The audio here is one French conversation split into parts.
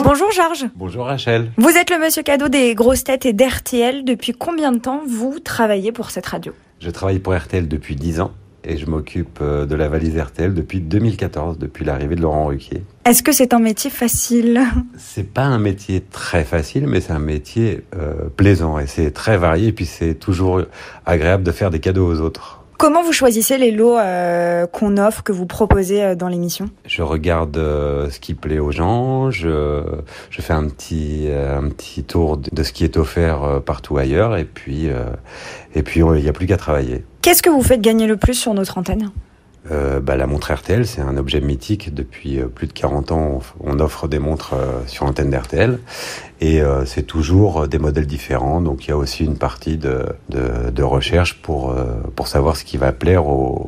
Bonjour Georges. Bonjour Rachel. Vous êtes le monsieur cadeau des grosses têtes et d'RTL. Depuis combien de temps vous travaillez pour cette radio ? Je travaille pour RTL depuis 10 ans et je m'occupe de la valise RTL depuis 2014, depuis l'arrivée de Laurent Ruquier. Est-ce que c'est un métier facile ? C'est pas un métier très facile, mais c'est un métier plaisant et c'est très varié et puis c'est toujours agréable de faire des cadeaux aux autres. Comment vous choisissez les lots qu'on offre, que vous proposez dans l'émission ? Je regarde ce qui plaît aux gens, je fais un petit tour de ce qui est offert partout ailleurs et puis il n'y a plus qu'à travailler. Qu'est-ce que vous faites gagner le plus sur notre antenne ? La montre RTL, c'est un objet mythique. Depuis plus de 40 ans, on offre des montres sur l'antenne d'RTL. Et c'est toujours des modèles différents. Donc il y a aussi une partie de recherche pour savoir ce qui va plaire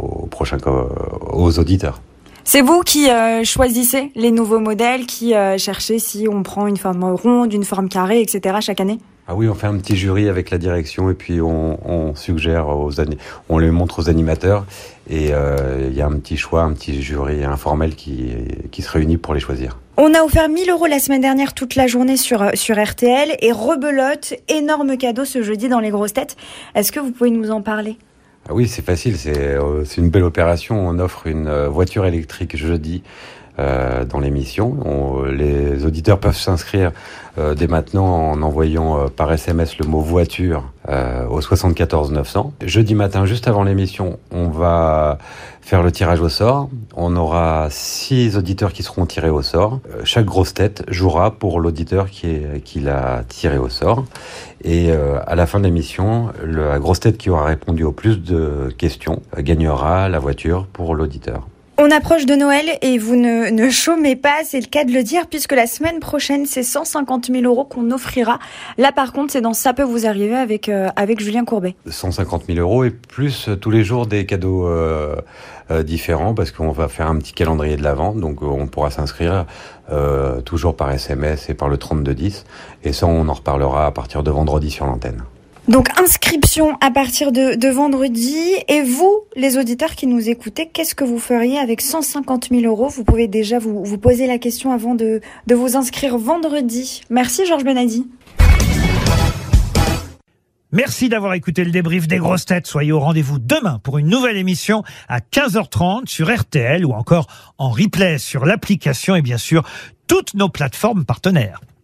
aux auditeurs. C'est vous qui choisissez les nouveaux modèles, qui cherchez si on prend une forme ronde, une forme carrée, etc. chaque année ? Ah oui, on fait un petit jury avec la direction et puis on suggère on les montre aux animateurs et il y a un petit choix, un petit jury informel qui se réunit pour les choisir. On a offert 1 000 € la semaine dernière toute la journée sur RTL et rebelote, énorme cadeau ce jeudi dans les grosses têtes. Est-ce que vous pouvez nous en parler ? Ah oui, c'est facile, c'est une belle opération. On offre une voiture électrique jeudi dans l'émission. Les auditeurs peuvent s'inscrire dès maintenant en envoyant par SMS le mot voiture au 74 900. Jeudi matin, juste avant l'émission, on va faire le tirage au sort. On aura 6 auditeurs qui seront tirés au sort. Chaque grosse tête jouera pour l'auditeur qui l'a tiré au sort. Et à la fin de l'émission, la grosse tête qui aura répondu au plus de questions gagnera la voiture pour l'auditeur. On approche de Noël et vous ne chômez pas, c'est le cas de le dire, puisque la semaine prochaine, c'est 150 000 € qu'on offrira. Là, par contre, c'est dans Ça peut vous arriver avec Julien Courbet. 150 000 € et plus tous les jours des cadeaux différents, parce qu'on va faire un petit calendrier de l'Avent, donc on pourra s'inscrire toujours par SMS et par le 3210. Et ça, on en reparlera à partir de vendredi sur l'antenne. Donc, inscription à partir de vendredi. Et vous, les auditeurs qui nous écoutez, qu'est-ce que vous feriez avec 150 000 €? Vous pouvez déjà vous poser la question avant de vous inscrire vendredi. Merci Georges Benadi. Merci d'avoir écouté le débrief des grosses têtes. Soyez au rendez-vous demain pour une nouvelle émission à 15h30 sur RTL ou encore en replay sur l'application et bien sûr toutes nos plateformes partenaires.